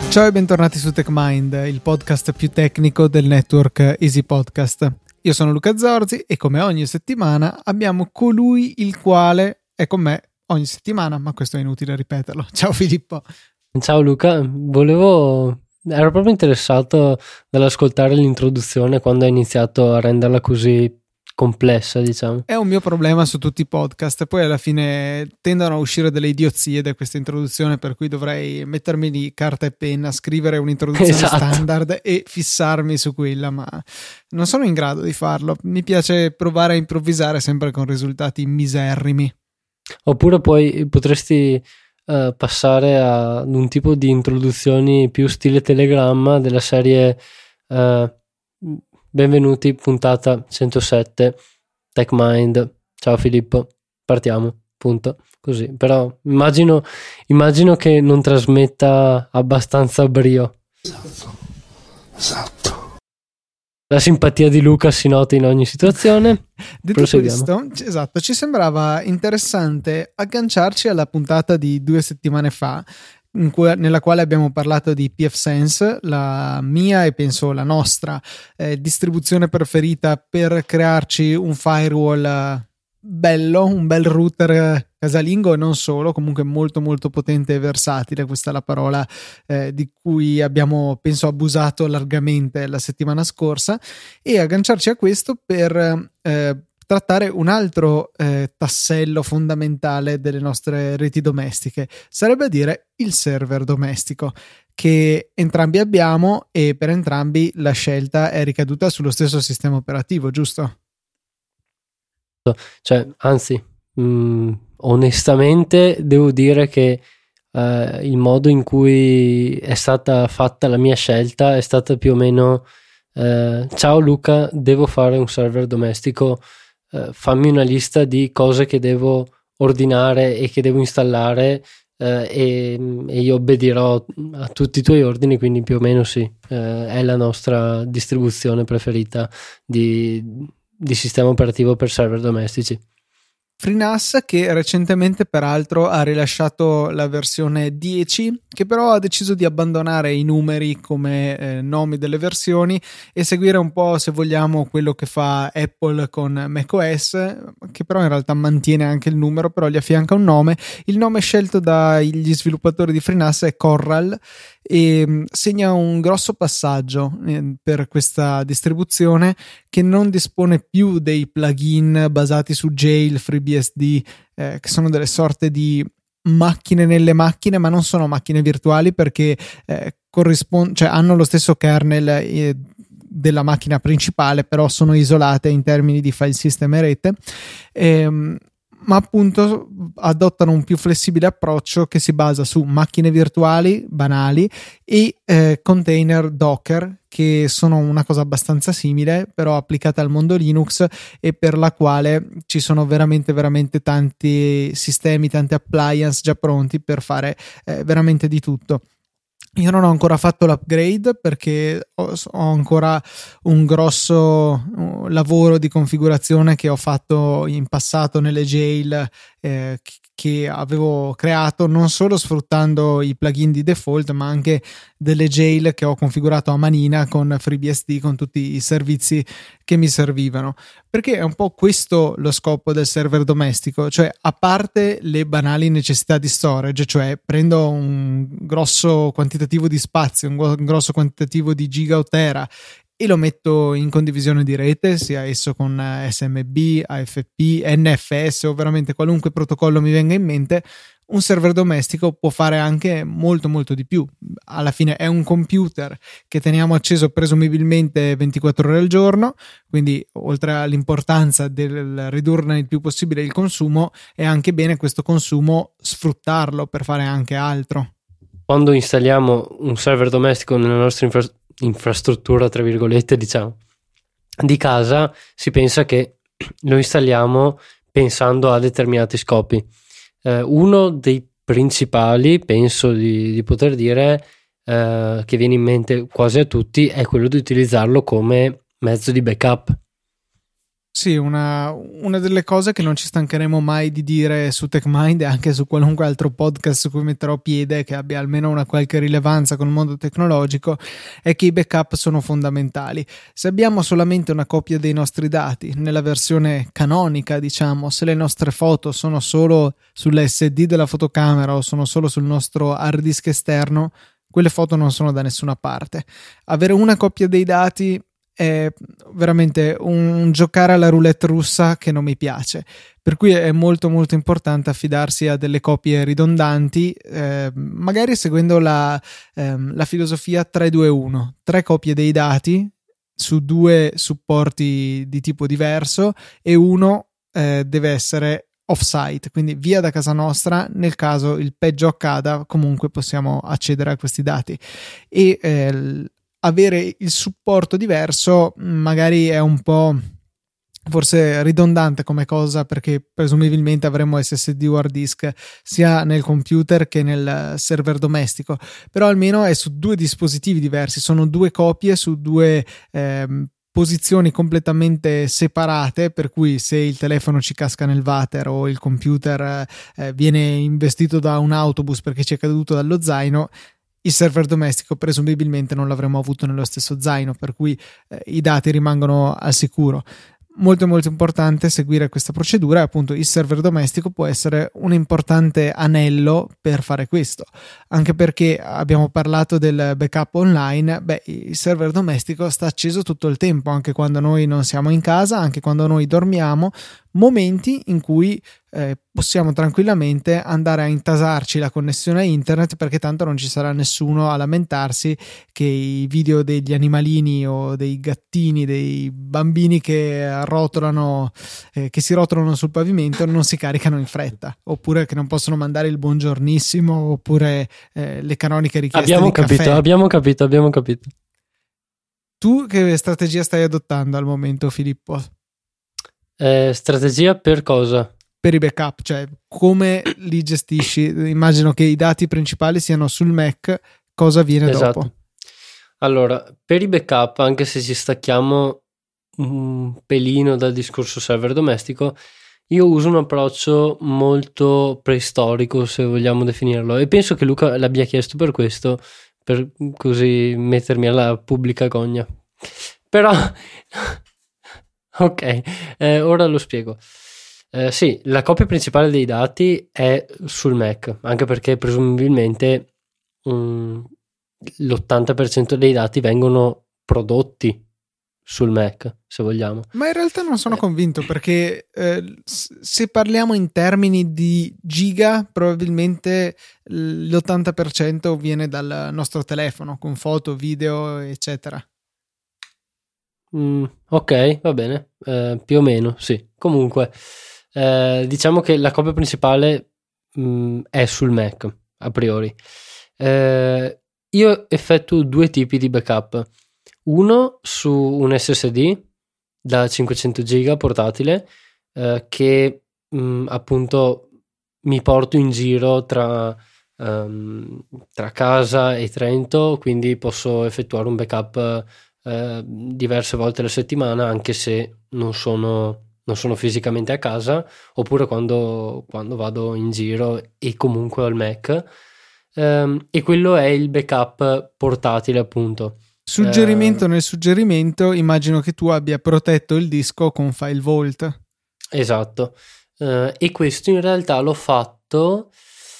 Ciao e bentornati su TechMind, il podcast più tecnico del network Easy Podcast. Io sono Luca Zorzi e come ogni settimana abbiamo colui il quale è con me ogni settimana, ma questo è inutile ripeterlo. Ciao Filippo. Ciao Luca, ero proprio interessato dall'ascoltare l'introduzione quando hai iniziato a renderla così complessa, diciamo. È un mio problema su tutti i podcast, poi alla fine tendono a uscire delle idiozie da questa introduzione, per cui dovrei mettermi di carta e penna, scrivere un'introduzione standard e fissarmi su quella, ma non sono in grado di farlo. Mi piace provare a improvvisare sempre con risultati miserrimi. Oppure potresti passare ad un tipo di introduzioni più stile telegramma della serie benvenuti, puntata 107, TechMind, ciao Filippo, partiamo, punto, così. Però immagino che non trasmetta abbastanza brio. Esatto. La simpatia di Luca si nota in ogni situazione. Detto questo, esatto, ci sembrava interessante agganciarci alla puntata di 2 settimane fa, nella quale abbiamo parlato di pfSense, la mia e penso la nostra distribuzione preferita per crearci un firewall bello, un bel router casalingo e non solo, comunque molto molto potente e versatile. Questa è la parola di cui abbiamo penso abusato largamente la settimana scorsa, e agganciarci a questo per trattare un altro tassello fondamentale delle nostre reti domestiche, sarebbe a dire il server domestico, che entrambi abbiamo, e per entrambi la scelta è ricaduta sullo stesso sistema operativo, giusto? Cioè, anzi, onestamente devo dire che il modo in cui è stata fatta la mia scelta è stata più o meno ciao Luca, devo fare un server domestico, fammi una lista di cose che devo ordinare e che devo installare, e io obbedirò a tutti i tuoi ordini, quindi più o meno sì, è la nostra distribuzione preferita di sistema operativo per server domestici. FreeNAS, che recentemente peraltro ha rilasciato la versione 10, che però ha deciso di abbandonare i numeri come nomi delle versioni e seguire un po', se vogliamo, quello che fa Apple con macOS, che però in realtà mantiene anche il numero, però gli affianca un nome. Il nome scelto dagli sviluppatori di FreeNAS è Corral e segna un grosso passaggio per questa distribuzione, che non dispone più dei plugin basati su Jail, FreeBSD, che sono delle sorte di macchine nelle macchine, ma non sono macchine virtuali, perché cioè hanno lo stesso kernel della macchina principale, però sono isolate in termini di file system e rete. Ma appunto adottano un più flessibile approccio che si basa su macchine virtuali banali e container Docker, che sono una cosa abbastanza simile però applicata al mondo Linux, e per la quale ci sono veramente veramente tanti sistemi, tante appliance già pronti per fare veramente di tutto. Io non ho ancora fatto l'upgrade perché ho ancora un grosso lavoro di configurazione che ho fatto in passato nelle jail che avevo creato, non solo sfruttando i plugin di default, ma anche delle jail che ho configurato a manina con FreeBSD, con tutti i servizi che mi servivano, perché è un po' questo lo scopo del server domestico. Cioè, a parte le banali necessità di storage, cioè prendo un grosso quantitativo di spazio, un grosso quantitativo di giga o tera e lo metto in condivisione di rete, sia esso con SMB, AFP, NFS o veramente qualunque protocollo mi venga in mente, un server domestico può fare anche molto molto di più. Alla fine è un computer che teniamo acceso presumibilmente 24 ore al giorno, quindi oltre all'importanza del ridurne il più possibile il consumo, è anche bene questo consumo sfruttarlo per fare anche altro. Quando installiamo un server domestico nella nostra infrastruttura, tra virgolette, diciamo, di casa, si pensa che lo installiamo pensando a determinati scopi. Uno dei principali, penso di poter dire, che viene in mente quasi a tutti, è quello di utilizzarlo come mezzo di backup. Sì, una delle cose che non ci stancheremo mai di dire su TechMind e anche su qualunque altro podcast su cui metterò piede che abbia almeno una qualche rilevanza con il mondo tecnologico è che i backup sono fondamentali. Se abbiamo solamente una copia dei nostri dati nella versione canonica, diciamo, se le nostre foto sono solo sull'SD della fotocamera o sono solo sul nostro hard disk esterno, quelle foto non sono da nessuna parte. Avere una copia dei dati è veramente un giocare alla roulette russa che non mi piace, per cui è molto molto importante affidarsi a delle copie ridondanti, magari seguendo la filosofia 3-2-1, 3 copie dei dati su 2 supporti di tipo diverso e uno deve essere off-site, quindi via da casa nostra. Nel caso il peggio accada, comunque possiamo accedere a questi dati e avere il supporto diverso magari è un po' forse ridondante come cosa, perché presumibilmente avremo SSD o hard disk sia nel computer che nel server domestico, però almeno è su 2 dispositivi diversi, sono 2 copie su 2 posizioni completamente separate, per cui se il telefono ci casca nel water o il computer viene investito da un autobus perché ci è caduto dallo zaino, il server domestico presumibilmente non l'avremmo avuto nello stesso zaino, per cui i dati rimangono al sicuro. Molto molto importante seguire questa procedura, e appunto il server domestico può essere un importante anello per fare questo, anche perché abbiamo parlato del backup online. Il server domestico sta acceso tutto il tempo, anche quando noi non siamo in casa, anche quando noi dormiamo, momenti in cui possiamo tranquillamente andare a intasarci la connessione a internet, perché tanto non ci sarà nessuno a lamentarsi che i video degli animalini o dei gattini, dei bambini che rotolano, che si rotolano sul pavimento, non si caricano in fretta, oppure che non possono mandare il buongiornissimo, oppure le canoniche richieste di caffè. Abbiamo capito. Tu che strategia stai adottando al momento, Filippo? Strategia per cosa? Per i backup, cioè come li gestisci? Immagino che i dati principali siano sul Mac, cosa viene dopo? Allora, per i backup, anche se ci stacchiamo un pelino dal discorso server domestico, io uso un approccio molto preistorico, se vogliamo definirlo, e penso che Luca l'abbia chiesto per questo, per così mettermi alla pubblica gogna. Però ok, ora lo spiego. Sì, la copia principale dei dati è sul Mac, anche perché presumibilmente l'80% dei dati vengono prodotti sul Mac, se vogliamo. Ma in realtà non sono convinto, perché se parliamo in termini di giga, probabilmente l'80% viene dal nostro telefono, con foto, video, eccetera. Ok, va bene, più o meno, sì. Comunque, diciamo che la copia principale è sul Mac, a priori. Io effettuo 2 tipi di backup. Uno su un SSD da 500 giga portatile, che appunto mi porto in giro tra casa e Trento, quindi posso effettuare un backup diverse volte alla settimana, anche se non sono fisicamente a casa, oppure quando vado in giro e comunque al Mac, e quello è il backup portatile, appunto. Suggerimento nel suggerimento, immagino che tu abbia protetto il disco con File Vault. Esatto, e questo in realtà l'ho fatto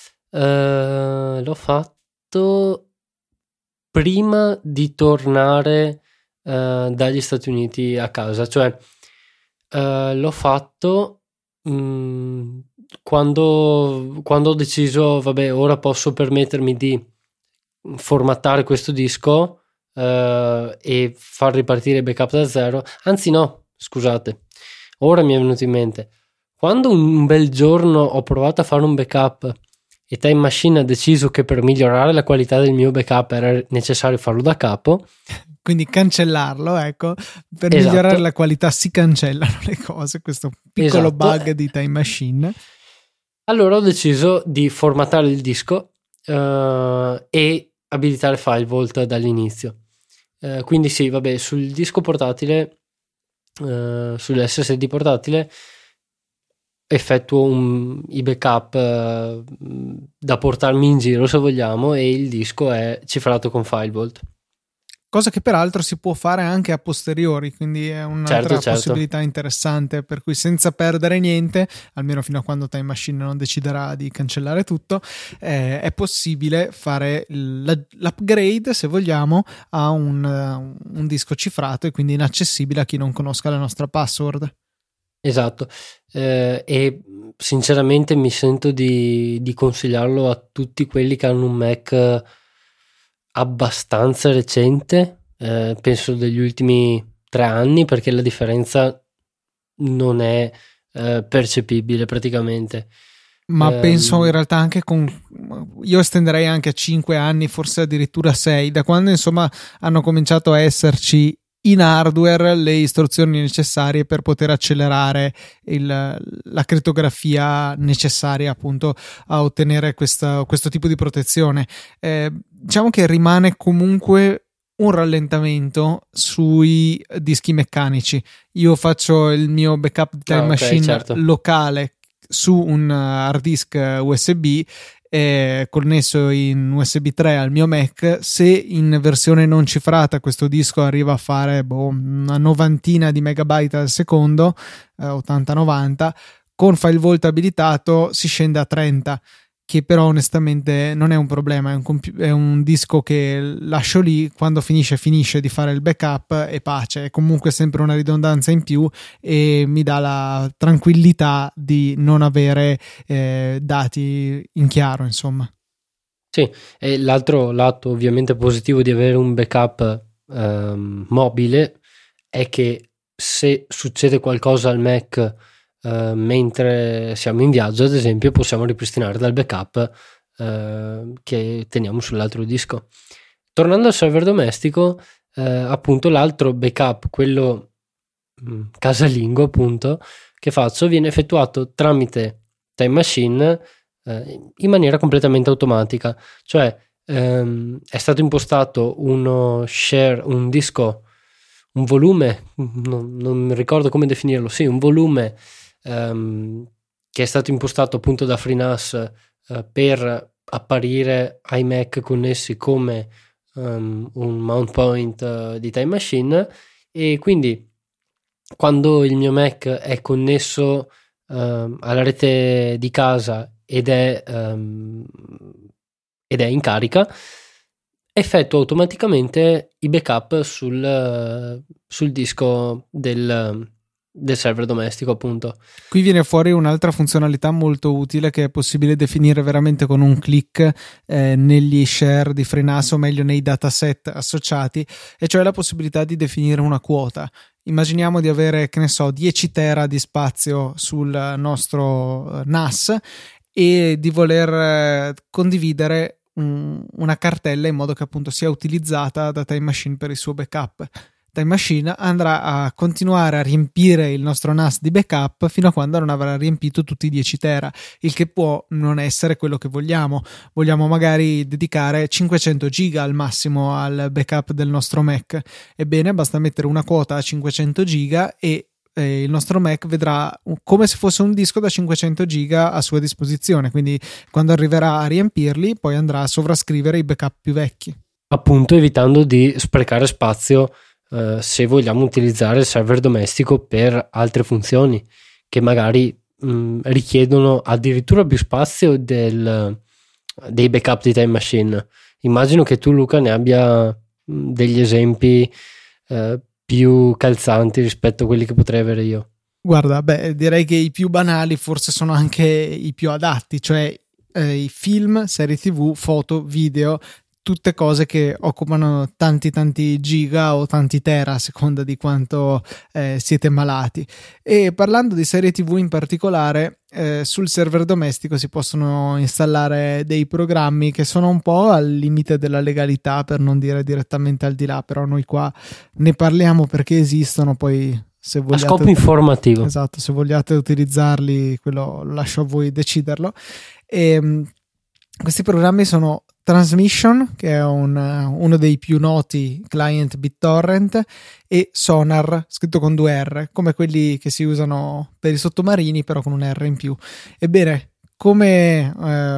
prima di tornare dagli Stati Uniti a casa, cioè l'ho fatto quando ho deciso, vabbè, ora posso permettermi di formattare questo disco e far ripartire il backup da zero. Anzi no, scusate, ora mi è venuto in mente, quando un bel giorno ho provato a fare un backup e Time Machine ha deciso che per migliorare la qualità del mio backup era necessario farlo da capo, quindi cancellarlo, ecco, per esatto, migliorare la qualità si cancellano le cose, questo piccolo bug di Time Machine. Allora ho deciso di formattare il disco e abilitare File Vault dall'inizio. Quindi sì, vabbè, sul disco portatile sull'SSD portatile, effettuo i backup da portarmi in giro se vogliamo, e il disco è cifrato con FileVault. Cosa che peraltro si può fare anche a posteriori, quindi è un'altra Certo. possibilità interessante, per cui senza perdere niente, almeno fino a quando Time Machine non deciderà di cancellare tutto, è possibile fare l'upgrade, se vogliamo, a un disco cifrato e quindi inaccessibile a chi non conosca la nostra password. Esatto, e sinceramente mi sento di consigliarlo a tutti quelli che hanno un Mac abbastanza recente, penso degli ultimi 3 anni, perché la differenza non è percepibile praticamente. Ma penso in realtà anche io estenderei anche a 5 anni, forse addirittura 6, da quando insomma hanno cominciato a esserci in hardware le istruzioni necessarie per poter accelerare la crittografia necessaria appunto a ottenere questo tipo di protezione. Diciamo che rimane comunque un rallentamento sui dischi meccanici. Io faccio il mio backup di Time Machine, certo, locale su un hard disk USB connesso in USB 3 al mio Mac. Se in versione non cifrata questo disco arriva a fare una novantina di megabyte al secondo, 80-90, con FileVault abilitato si scende a 30, che però onestamente non è un problema, è un disco che lascio lì, quando finisce di fare il backup e pace, è comunque sempre una ridondanza in più e mi dà la tranquillità di non avere dati in chiaro, insomma. Sì, e l'altro lato ovviamente positivo di avere un backup mobile è che se succede qualcosa al Mac mentre siamo in viaggio, ad esempio, possiamo ripristinare dal backup che teniamo sull'altro disco. Tornando al server domestico, appunto l'altro backup, quello casalingo appunto, che faccio, viene effettuato tramite Time Machine in maniera completamente automatica, cioè è stato impostato uno share, un disco, un volume, non ricordo come definirlo, sì, un volume che è stato impostato appunto da FreeNAS per apparire ai Mac connessi come un mount point di Time Machine, e quindi quando il mio Mac è connesso alla rete di casa ed è in carica, effettua automaticamente i backup sul disco del server domestico, appunto. Qui viene fuori un'altra funzionalità molto utile che è possibile definire veramente con un click negli share di FreeNAS, o meglio nei dataset associati, e cioè la possibilità di definire una quota. Immaginiamo di avere, che ne so, 10 tera di spazio sul nostro NAS e di voler condividere una cartella in modo che appunto sia utilizzata da Time Machine per il suo backup. Time Machine andrà a continuare a riempire il nostro NAS di backup fino a quando non avrà riempito tutti i 10 tera, il che può non essere quello che vogliamo. Vogliamo magari dedicare 500 giga al massimo al backup del nostro Mac. Ebbene, basta mettere una quota a 500 giga e il nostro Mac vedrà come se fosse un disco da 500 giga a sua disposizione, quindi quando arriverà a riempirli poi andrà a sovrascrivere i backup più vecchi, appunto evitando di sprecare spazio se vogliamo utilizzare il server domestico per altre funzioni che magari richiedono addirittura più spazio dei backup di Time Machine. Immagino che tu, Luca, ne abbia degli esempi più calzanti rispetto a quelli che potrei avere io. Guarda, direi che i più banali forse sono anche i più adatti, cioè i film, serie TV, foto, video, tutte cose che occupano tanti giga o tanti tera a seconda di quanto siete malati. E parlando di serie TV in particolare, sul server domestico si possono installare dei programmi che sono un po' al limite della legalità, per non dire direttamente al di là, però noi qua ne parliamo perché esistono, poi se vogliate, a scopo informativo. Esatto, se vogliate utilizzarli, quello lo lascio a voi deciderlo. E Questi programmi sono Transmission, che è uno dei più noti client BitTorrent, e Sonar, scritto con 2 R, come quelli che si usano per i sottomarini, però con un R in più. Ebbene, come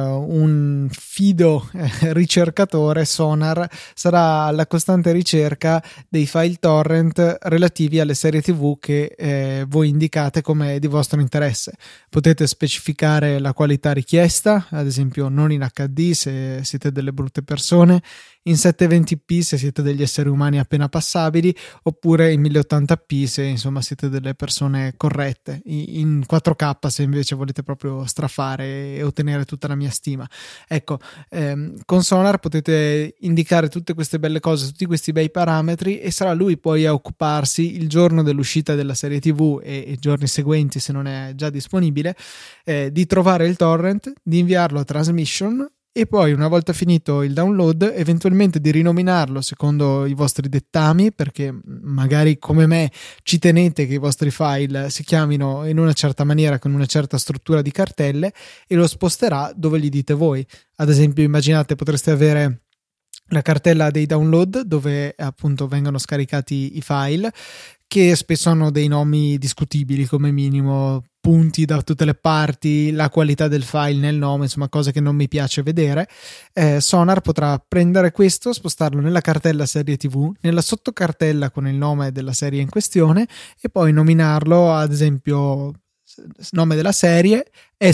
un fido ricercatore, Sonar sarà alla costante ricerca dei file torrent relativi alle serie TV che voi indicate come di vostro interesse. Potete specificare la qualità richiesta, ad esempio non in HD se siete delle brutte persone, in 720p se siete degli esseri umani appena passabili, oppure in 1080p se insomma siete delle persone corrette, in 4K se invece volete proprio strafare e ottenere tutta la mia stima. Ecco, con Sonar potete indicare tutte queste belle cose, tutti questi bei parametri, e sarà lui poi a occuparsi il giorno dell'uscita della serie TV e giorni seguenti se non è già disponibile, di trovare il torrent, di inviarlo a Transmission, e poi una volta finito il download eventualmente di rinominarlo secondo i vostri dettami, perché magari come me ci tenete che i vostri file si chiamino in una certa maniera, con una certa struttura di cartelle, e lo sposterà dove gli dite voi. Ad esempio, immaginate, potreste avere la cartella dei download dove appunto vengono scaricati i file, che spesso hanno dei nomi discutibili, come minimo, punti da tutte le parti, la qualità del file nel nome, insomma cose che non mi piace vedere. Sonar potrà prendere questo, spostarlo nella cartella serie TV, nella sottocartella con il nome della serie in questione, e poi nominarlo, ad esempio nome della serie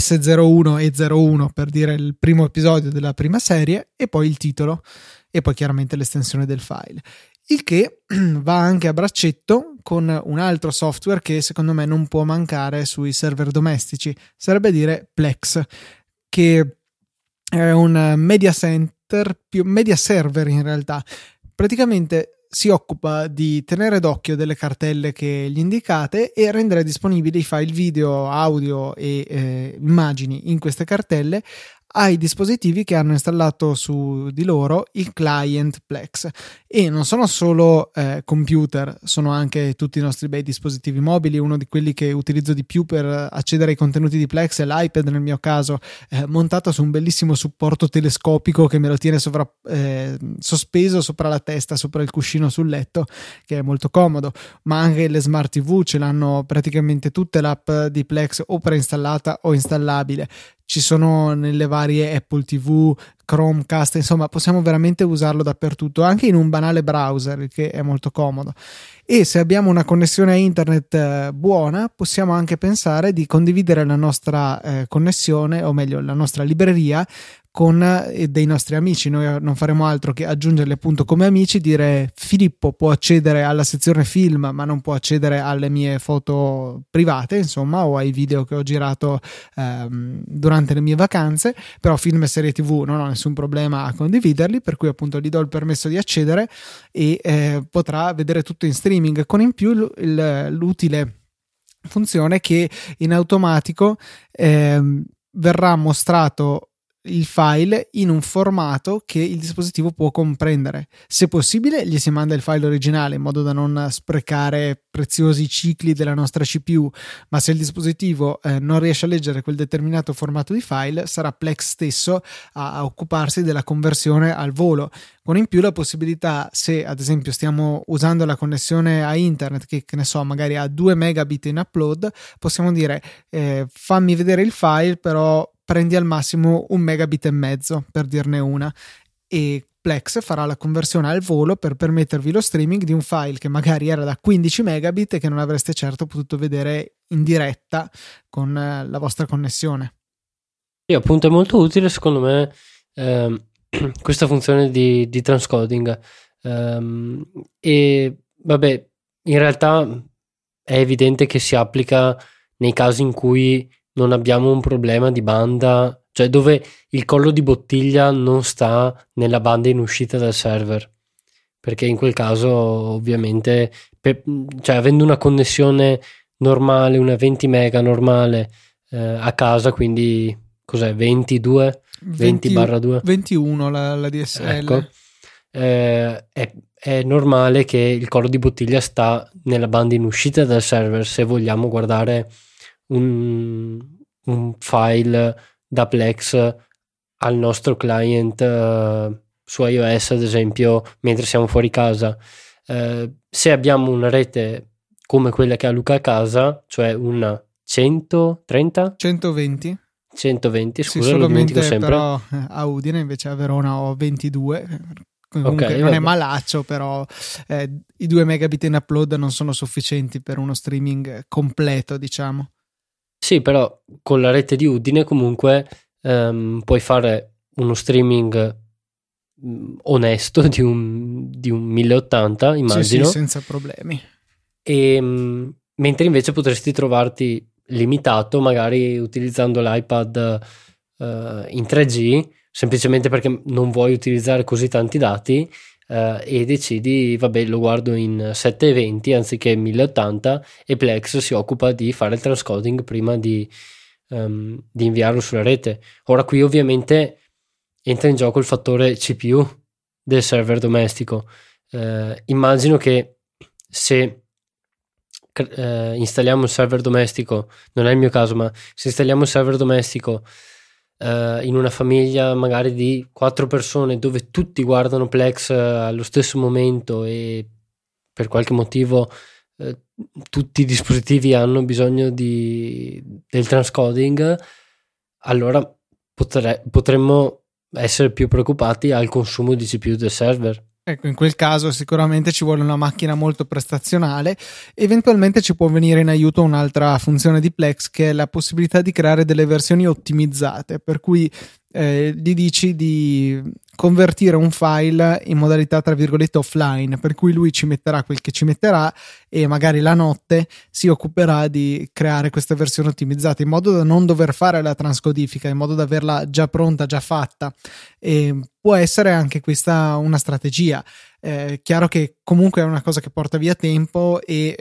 S01 e 01 per dire il primo episodio della prima serie, e poi il titolo, e poi chiaramente l'estensione del file. Il che va anche a braccetto con un altro software che secondo me non può mancare sui server domestici, sarebbe dire Plex, che è un media center, più media server in realtà. Praticamente si occupa di tenere d'occhio delle cartelle che gli indicate e rendere disponibili i file video, audio e immagini in queste cartelle ai dispositivi che hanno installato su di loro il client Plex. E non sono solo computer, sono anche tutti i nostri bei dispositivi mobili. Uno di quelli che utilizzo di più per accedere ai contenuti di Plex è l'iPad, nel mio caso, montato su un bellissimo supporto telescopico che me lo tiene sospeso sopra la testa, sopra il cuscino sul letto, che è molto comodo. Ma anche le smart TV ce l'hanno praticamente tutte, l'app di Plex o preinstallata o installabile. Ci sono nelle varie Apple TV, Chromecast, insomma possiamo veramente usarlo dappertutto, anche in un banale browser, che è molto comodo. E se abbiamo una connessione a internet buona, possiamo anche pensare di condividere la nostra connessione, o meglio la nostra libreria, con dei nostri amici. Noi non faremo altro che aggiungerli appunto come amici, dire Filippo può accedere alla sezione film ma non può accedere alle mie foto private, insomma, o ai video che ho girato durante le mie vacanze, però film e serie TV non ho nessun problema a condividerli, per cui appunto gli do il permesso di accedere e potrà vedere tutto in streaming, con in più l'utile funzione che in automatico verrà mostrato il file in un formato che il dispositivo può comprendere. Se possibile gli si manda il file originale in modo da non sprecare preziosi cicli della nostra CPU, ma se il dispositivo non riesce a leggere quel determinato formato di file, sarà Plex stesso a occuparsi della conversione al volo, con in più la possibilità, se ad esempio stiamo usando la connessione a internet che ne so, magari ha 2 megabit in upload, possiamo dire fammi vedere il file, però prendi al massimo 1,5 megabit, per dirne una, e Plex farà la conversione al volo per permettervi lo streaming di un file che magari era da 15 megabit e che non avreste certo potuto vedere in diretta con la vostra connessione. Sì, appunto è molto utile secondo me questa funzione di transcoding, e vabbè, in realtà è evidente che si applica nei casi in cui non abbiamo un problema di banda, cioè dove il collo di bottiglia non sta nella banda in uscita dal server, perché in quel caso ovviamente cioè avendo una connessione normale, una 20 mega normale a casa, quindi cos'è, 22 20/2 21 la DSL, ecco, è normale che il collo di bottiglia sta nella banda in uscita dal server se vogliamo guardare un file da Plex al nostro client su iOS, ad esempio, mentre siamo fuori casa. Se abbiamo una rete come quella che ha Luca a casa, cioè una 130? 120? 120, Sì, scusa, lo dimentico solamente sempre. però a Udine, invece a Verona ho 22. Comunque Ok, non è vabbè. malaccio, però i 2 megabit in upload non sono sufficienti per uno streaming completo, diciamo. Sì, però con la rete di Udine comunque puoi fare uno streaming onesto di un 1080, Sì, sì, immagino, senza problemi. e mentre invece potresti trovarti limitato magari utilizzando l'iPad in 3G, semplicemente perché non vuoi utilizzare così tanti dati, e decidi, vabbè, lo guardo in 720 anziché 1080, e Plex si occupa di fare il transcoding prima di inviarlo sulla rete. Ora qui ovviamente entra in gioco il fattore CPU del server domestico. Immagino che se installiamo il server domestico, non è il mio caso, ma se installiamo il server domestico in una famiglia magari di 4 persone dove tutti guardano Plex allo stesso momento, e per qualche motivo tutti i dispositivi hanno bisogno del transcoding, allora potremmo essere più preoccupati al consumo di CPU del server. Ecco, in quel caso sicuramente ci vuole una macchina molto prestazionale. Eventualmente ci può venire in aiuto un'altra funzione di Plex, che è la possibilità di creare delle versioni ottimizzate, per cui gli dici di convertire un file in modalità tra virgolette offline, per cui lui ci metterà quel che ci metterà e magari la notte si occuperà di creare questa versione ottimizzata, in modo da non dover fare la transcodifica, in modo da averla già pronta, già fatta. E può essere anche questa una strategia. Chiaro che comunque è una cosa che porta via tempo e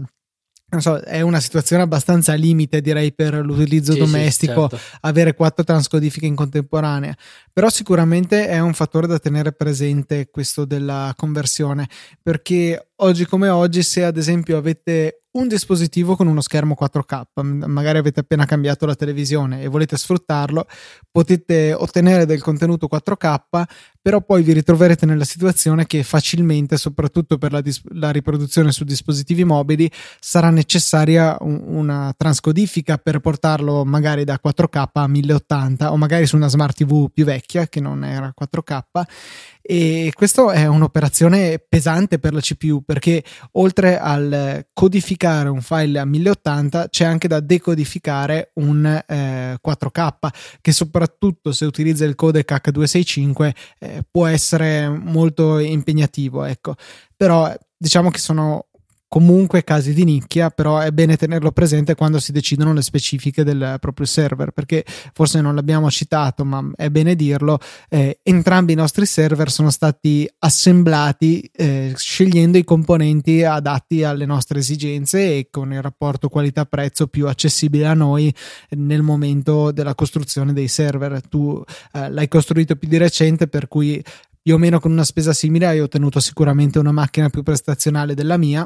non so, è una situazione abbastanza limite, direi, per l'utilizzo domestico, sì, certo. avere 4 transcodifiche in contemporanea, però sicuramente è un fattore da tenere presente questo della conversione, perché oggi come oggi, se ad esempio avete un dispositivo con uno schermo 4K, magari avete appena cambiato la televisione e volete sfruttarlo, potete ottenere del contenuto 4K, però poi vi ritroverete nella situazione che facilmente, soprattutto per la riproduzione su dispositivi mobili, sarà necessaria una transcodifica per portarlo magari da 4K a 1080, o magari su una smart TV più vecchia che non era 4K. E questo è un'operazione pesante per la CPU, perché oltre al codificare un file a 1080 c'è anche da decodificare un 4K, che soprattutto se utilizza il codec H265 può essere molto impegnativo, ecco. Però diciamo che sono comunque casi di nicchia, però è bene tenerlo presente quando si decidono le specifiche del proprio server, perché forse non l'abbiamo citato, ma è bene dirlo, entrambi i nostri server sono stati assemblati scegliendo i componenti adatti alle nostre esigenze e con il rapporto qualità-prezzo più accessibile a noi nel momento della costruzione dei server. Tu l'hai costruito più di recente, per cui più o meno con una spesa simile hai ottenuto sicuramente una macchina più prestazionale della mia.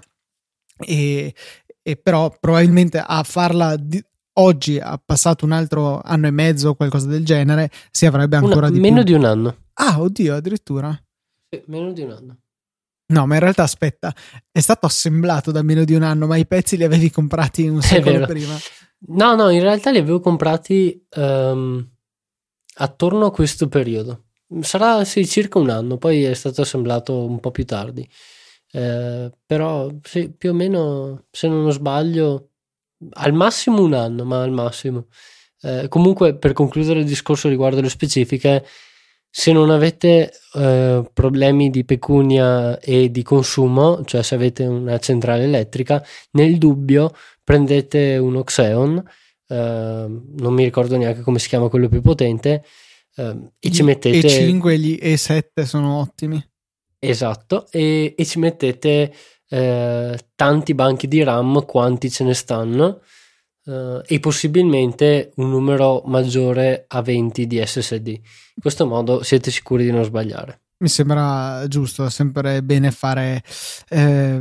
E però probabilmente a farla oggi, ha passato un altro anno e mezzo o qualcosa del genere, si avrebbe ancora di meno più. di un anno. Ah, oddio, addirittura. Sì, meno di un anno. No, ma in realtà aspetta, è stato assemblato da meno di un anno, ma i pezzi li avevi comprati un secolo prima. No, in realtà li avevo comprati attorno a questo periodo. Sarà sì, circa un anno, poi è stato assemblato un po' più tardi. Però sì, più o meno, se non sbaglio, al massimo un anno, ma al massimo. Comunque, per concludere il discorso riguardo le specifiche, se non avete problemi di pecunia e di consumo, cioè se avete una centrale elettrica, nel dubbio prendete un Xeon, non mi ricordo neanche come si chiama quello più potente, e ci mettete E5 e gli E7 sono ottimi. Esatto, e ci mettete tanti banchi di RAM quanti ce ne stanno, e possibilmente un numero maggiore a 20 di SSD. In questo modo siete sicuri di non sbagliare. Mi sembra giusto, è sempre bene fare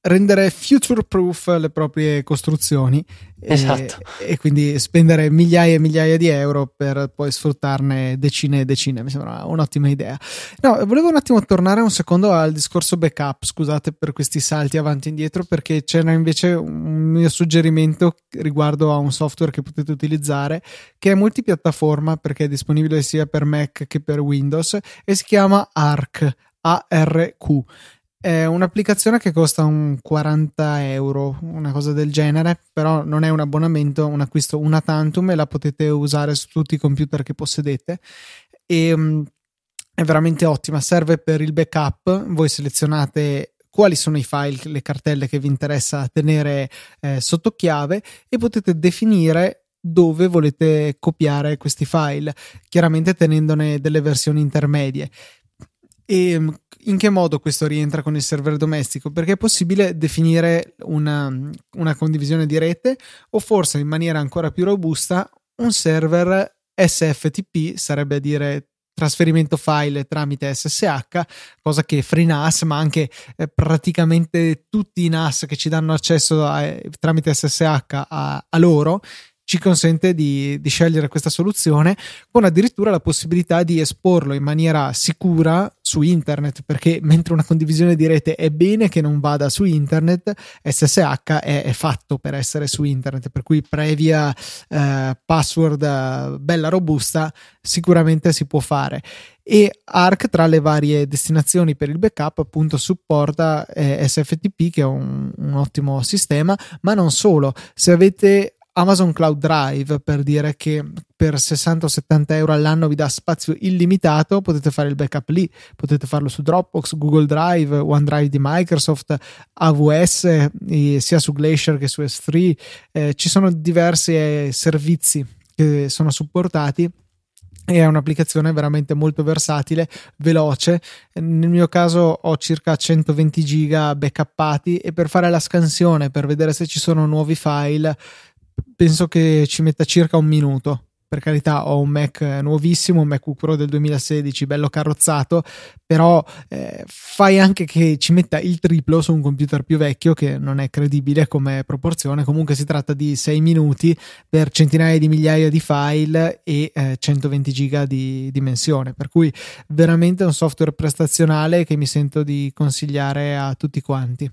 rendere future proof le proprie costruzioni. Esatto. E quindi spendere migliaia e migliaia di euro per poi sfruttarne decine e decine. Mi sembra un'ottima idea. No, volevo un attimo tornare un secondo al discorso backup, scusate per questi salti avanti e indietro, perché c'era invece un mio suggerimento riguardo a un software che potete utilizzare, che è multipiattaforma perché è disponibile sia per Mac che per Windows, e si chiama Arq, ARQ. È un'applicazione che costa un 40 euro, una cosa del genere, però non è un abbonamento, un acquisto una tantum, e la potete usare su tutti i computer che possedete. E è veramente ottima, serve per il backup. Voi selezionate quali sono i file, le cartelle che vi interessa tenere sotto chiave, e potete definire dove volete copiare questi file, chiaramente tenendone delle versioni intermedie. E in che modo questo rientra con il server domestico? Perché è possibile definire una condivisione di rete, o forse in maniera ancora più robusta un server SFTP, sarebbe a dire trasferimento file tramite SSH, cosa che FreeNAS, ma anche praticamente tutti i NAS che ci danno accesso tramite SSH a loro, ci consente di scegliere questa soluzione, con addirittura la possibilità di esporlo in maniera sicura su internet, perché mentre una condivisione di rete è bene che non vada su internet, SSH è fatto per essere su internet, per cui previa password bella robusta sicuramente si può fare. E Arq, tra le varie destinazioni per il backup, appunto supporta SFTP, che è un ottimo sistema, ma non solo. Se avete Amazon Cloud Drive, per dire, che per 60 o 70 euro all'anno vi dà spazio illimitato, potete fare il backup lì, potete farlo su Dropbox, Google Drive, OneDrive di Microsoft, AWS, sia su Glacier che su S3. Ci sono diversi servizi che sono supportati. È un'applicazione veramente molto versatile, veloce. Nel mio caso ho circa 120 giga backuppati, e per fare la scansione, per vedere se ci sono nuovi file, penso che ci metta circa un minuto. Per carità, ho un Mac nuovissimo, un MacBook Pro del 2016, bello carrozzato, però fai anche che ci metta il triplo su un computer più vecchio, che non è credibile come proporzione. Comunque si tratta di 6 minuti per centinaia di migliaia di file e 120 giga di dimensione, per cui veramente un software prestazionale che mi sento di consigliare a tutti quanti.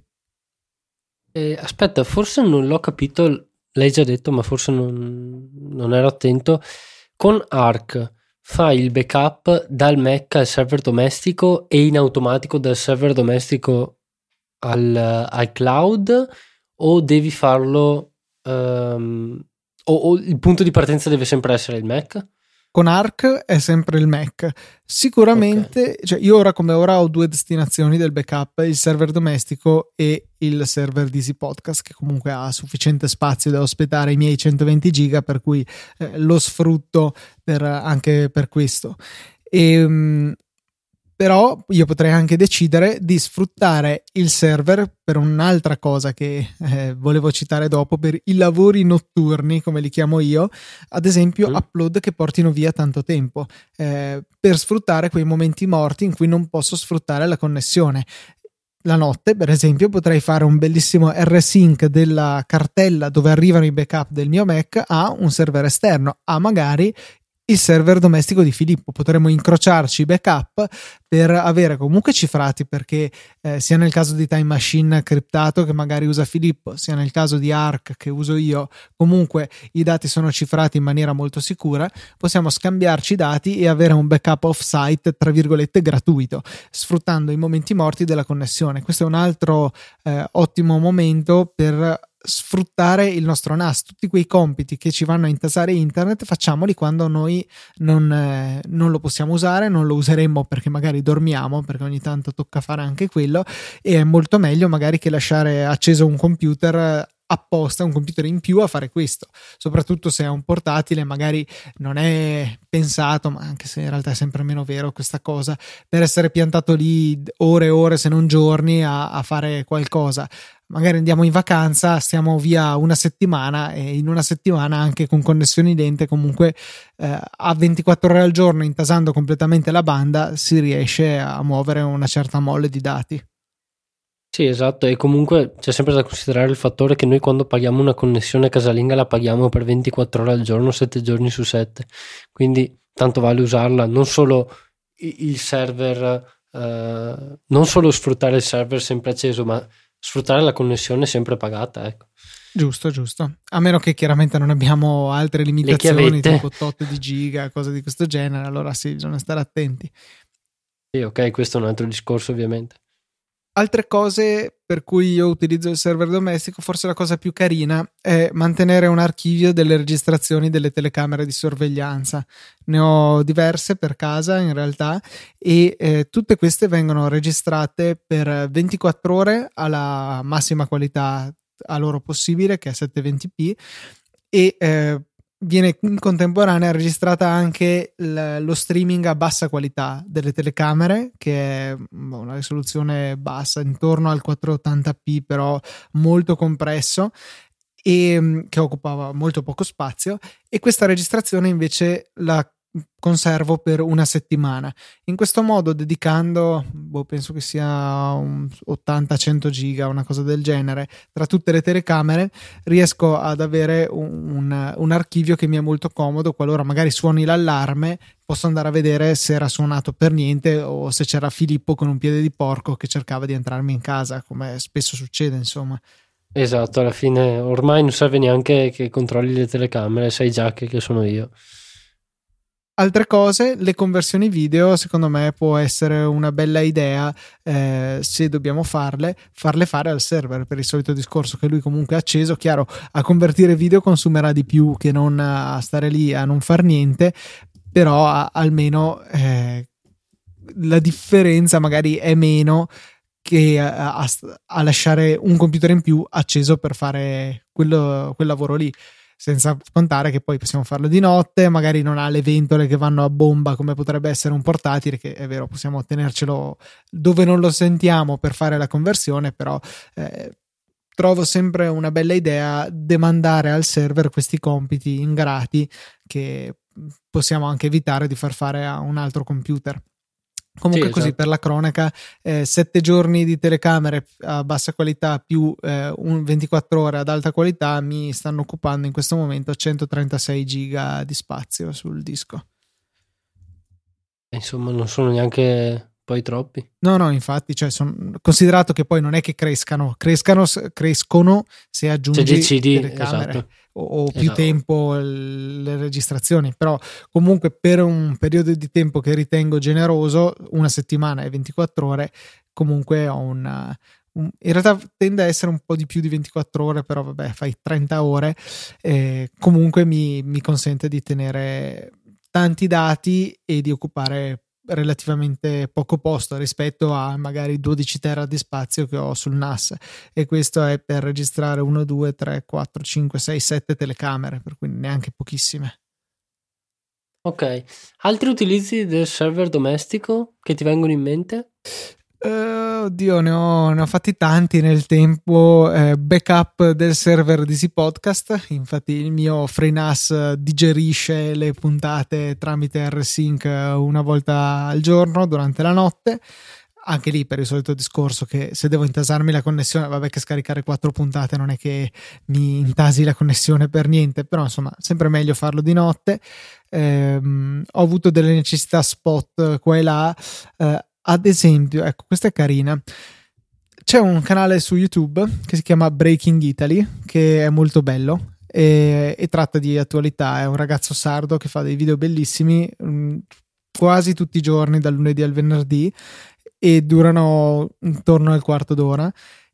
Aspetta, forse non l'ho capito. L'hai già detto, ma forse non ero attento. Con Arq fai il backup dal Mac al server domestico e in automatico dal server domestico al cloud, o devi farlo o il punto di partenza deve sempre essere il Mac? Con Arq è sempre il Mac. Sicuramente, okay. Cioè io ora come ora ho due destinazioni del backup: il server domestico e il server di Easy Podcast, che comunque ha sufficiente spazio da ospitare i miei 120 giga, per cui lo sfrutto anche per questo. Però io potrei anche decidere di sfruttare il server per un'altra cosa che volevo citare dopo, per i lavori notturni, come li chiamo io, ad esempio upload che portino via tanto tempo, per sfruttare quei momenti morti in cui non posso sfruttare la connessione. La notte, per esempio, potrei fare un bellissimo rsync della cartella dove arrivano i backup del mio Mac a un server esterno, a magari il server domestico di Filippo. Potremmo incrociarci i backup per avere comunque cifrati, perché sia nel caso di Time Machine criptato che magari usa Filippo, sia nel caso di Arq che uso io, comunque i dati sono cifrati in maniera molto sicura. Possiamo scambiarci i dati e avere un backup off-site, tra virgolette, gratuito, sfruttando i momenti morti della connessione. Questo è un altro ottimo momento per sfruttare il nostro NAS. Tutti quei compiti che ci vanno a intasare internet, facciamoli quando noi non lo possiamo usare, non lo useremmo perché magari dormiamo, perché ogni tanto tocca fare anche quello, e è molto meglio magari che lasciare acceso un computer apposta, un computer in più a fare questo, soprattutto se è un portatile, magari non è pensato, ma anche se in realtà è sempre meno vero questa cosa, per essere piantato lì ore e ore, se non giorni, a fare qualcosa. Magari andiamo in vacanza, stiamo via una settimana, e in una settimana, anche con connessioni lente, comunque a 24 ore al giorno, intasando completamente la banda, si riesce a muovere una certa mole di dati. Sì, esatto, e comunque c'è sempre da considerare il fattore che noi quando paghiamo una connessione casalinga la paghiamo per 24 ore al giorno, 7 giorni su 7, quindi tanto vale usarla, non solo il server, non solo sfruttare il server sempre acceso, ma sfruttare la connessione sempre pagata, ecco. Giusto, giusto. A meno che chiaramente non abbiamo altre Le limitazioni, chiavette. tipo tot di giga, cose di questo genere, allora sì, bisogna stare attenti. Sì, ok, questo è un altro discorso ovviamente. Altre cose per cui io utilizzo il server domestico, forse la cosa più carina è mantenere un archivio delle registrazioni delle telecamere di sorveglianza. Ne ho diverse per casa in realtà e tutte queste vengono registrate per 24 ore alla massima qualità a loro possibile, che è 720p, e viene in contemporanea registrata anche lo streaming a bassa qualità delle telecamere, che è una risoluzione bassa, intorno al 480p, però molto compresso, e che occupava molto poco spazio, e questa registrazione invece la conservo per una settimana. In questo modo, dedicando penso che sia 80-100 giga, una cosa del genere, tra tutte le telecamere, riesco ad avere un archivio che mi è molto comodo. Qualora magari suoni l'allarme, posso andare a vedere se era suonato per niente o se c'era Filippo con un piede di porco che cercava di entrarmi in casa, come spesso succede, insomma. Esatto, alla fine ormai non serve neanche che controlli le telecamere, sai già che sono io. Altre cose, le conversioni video, secondo me può essere una bella idea, se dobbiamo farle fare al server, per il solito discorso che lui comunque è acceso. Chiaro, a convertire video consumerà di più che non a stare lì a non far niente, però almeno la differenza magari è meno che a lasciare un computer in più acceso per fare quel lavoro lì. Senza contare che poi possiamo farlo di notte, magari non ha le ventole che vanno a bomba come potrebbe essere un portatile, che è vero, possiamo tenercelo dove non lo sentiamo per fare la conversione, però trovo sempre una bella idea demandare al server questi compiti ingrati che possiamo anche evitare di far fare a un altro computer. Comunque, sì, così, esatto, per la cronaca, 7 giorni di telecamere a bassa qualità più 24 ore ad alta qualità mi stanno occupando in questo momento 136 giga di spazio sul disco. Insomma, non sono neanche poi troppi. No, infatti, cioè, considerato che poi non è che crescono se aggiungi decidi, telecamere, esatto, o più tempo le registrazioni. Però comunque per un periodo di tempo che ritengo generoso, una settimana e 24 ore, comunque ho in realtà tende a essere un po' di più di 24 ore, però vabbè, fai 30 ore, comunque mi consente di tenere tanti dati e di occupare relativamente poco posto rispetto a magari 12 tera di spazio che ho sul NAS, e questo è per registrare 1, 2, 3, 4, 5, 6, 7 telecamere, per cui neanche pochissime. Ok, altri utilizzi del server domestico che ti vengono in mente? Oddio, ne ho fatti tanti nel tempo. Backup del server di Easy Podcast, infatti il mio FreeNAS digerisce le puntate tramite rsync una volta al giorno durante la notte. Anche lì per il solito discorso che se devo intasarmi la connessione, vabbè che scaricare 4 puntate non è che mi intasi la connessione per niente, però insomma sempre meglio farlo di notte. Ho avuto delle necessità spot qua e là, ad esempio, ecco, questa è carina. C'è un canale su YouTube che si chiama Breaking Italy, che è molto bello e tratta di attualità. È un ragazzo sardo che fa dei video bellissimi quasi tutti i giorni, dal lunedì al venerdì, e durano intorno al quarto d'ora.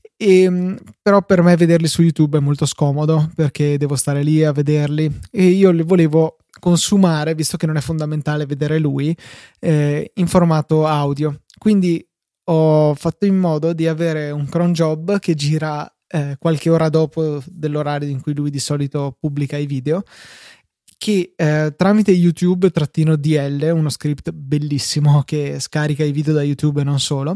Però per me vederli su YouTube è molto scomodo, perché devo stare lì a vederli, e io li volevo consumare, visto che non è fondamentale vedere lui, in formato audio. Quindi ho fatto in modo di avere un cron job che gira qualche ora dopo dell'orario in cui lui di solito pubblica i video, che tramite YouTube-DL, uno script bellissimo che scarica i video da YouTube e non solo,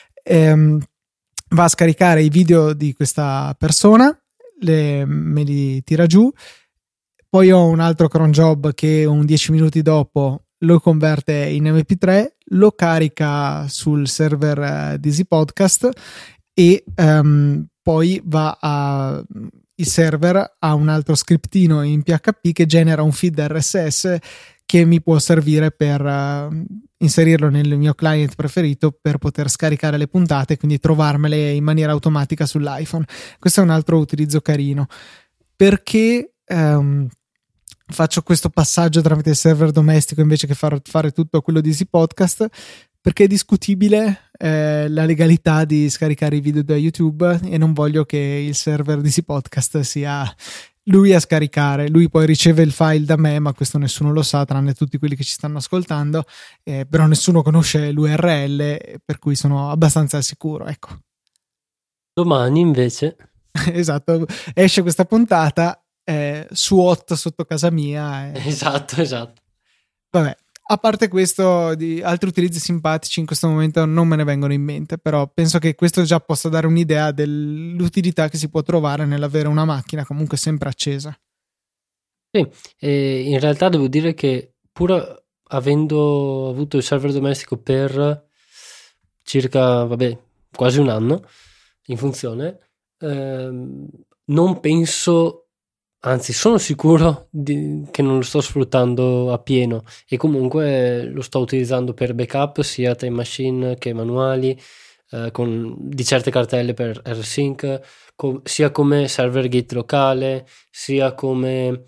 va a scaricare i video di questa persona, me li tira giù. Poi ho un altro cron job che un 10 minuti dopo lo converte in MP3, lo carica sul server di Easy Podcast e poi il server ha un altro scriptino in PHP che genera un feed RSS che mi può servire per inserirlo nel mio client preferito per poter scaricare le puntate e quindi trovarmele in maniera automatica sull'iPhone. Questo è un altro utilizzo carino. Perché faccio questo passaggio tramite il server domestico invece che fare tutto quello di Easy Podcast? Perché è discutibile la legalità di scaricare i video da YouTube e non voglio che il server di Easy Podcast sia lui a scaricare. Lui poi riceve il file da me, ma questo nessuno lo sa tranne tutti quelli che ci stanno ascoltando, però nessuno conosce l'URL, per cui sono abbastanza sicuro, ecco. Domani invece esatto, esce questa puntata SWAT sotto casa mia esatto. Vabbè, a parte questo, di altri utilizzi simpatici in questo momento non me ne vengono in mente, però penso che questo già possa dare un'idea dell'utilità che si può trovare nell'avere una macchina comunque sempre accesa. Sì, e in realtà devo dire che pur avendo avuto il server domestico per circa quasi un anno in funzione, non penso, anzi sono sicuro che non lo sto sfruttando a pieno, e comunque lo sto utilizzando per backup sia time machine che manuali, di certe cartelle per rsync, sia come server Git locale, sia come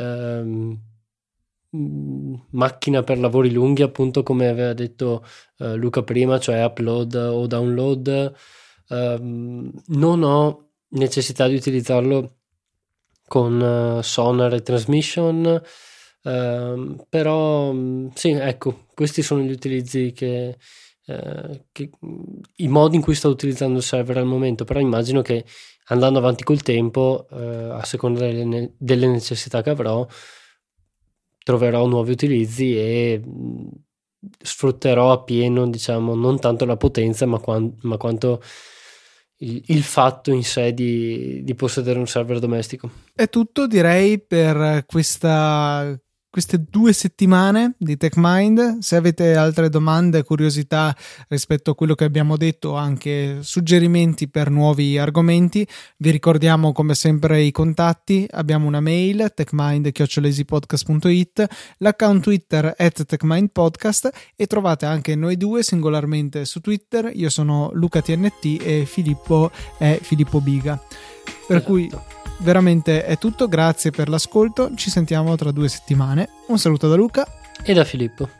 macchina per lavori lunghi, appunto come aveva detto Luca prima, cioè upload o download. Non ho necessità di utilizzarlo con Sonar e Transmission, però sì, ecco, questi sono gli utilizzi che i modi in cui sto utilizzando il server al momento. Però immagino che andando avanti col tempo, a seconda delle necessità che avrò, troverò nuovi utilizzi e sfrutterò a pieno, diciamo, non tanto la potenza ma quanto il fatto in sé di possedere un server domestico. È tutto, direi, per queste 2 settimane di TechMind. Se avete altre domande, curiosità rispetto a quello che abbiamo detto, anche suggerimenti per nuovi argomenti, vi ricordiamo come sempre i contatti. Abbiamo una mail, techmind@easypodcast.it, l'account Twitter @techmindpodcast, e trovate anche noi due singolarmente su Twitter. Io sono LucaTNT e Filippo è Filippo Biga. Per cui veramente è tutto, grazie per l'ascolto, ci sentiamo tra 2 settimane. Un saluto da Luca e da Filippo.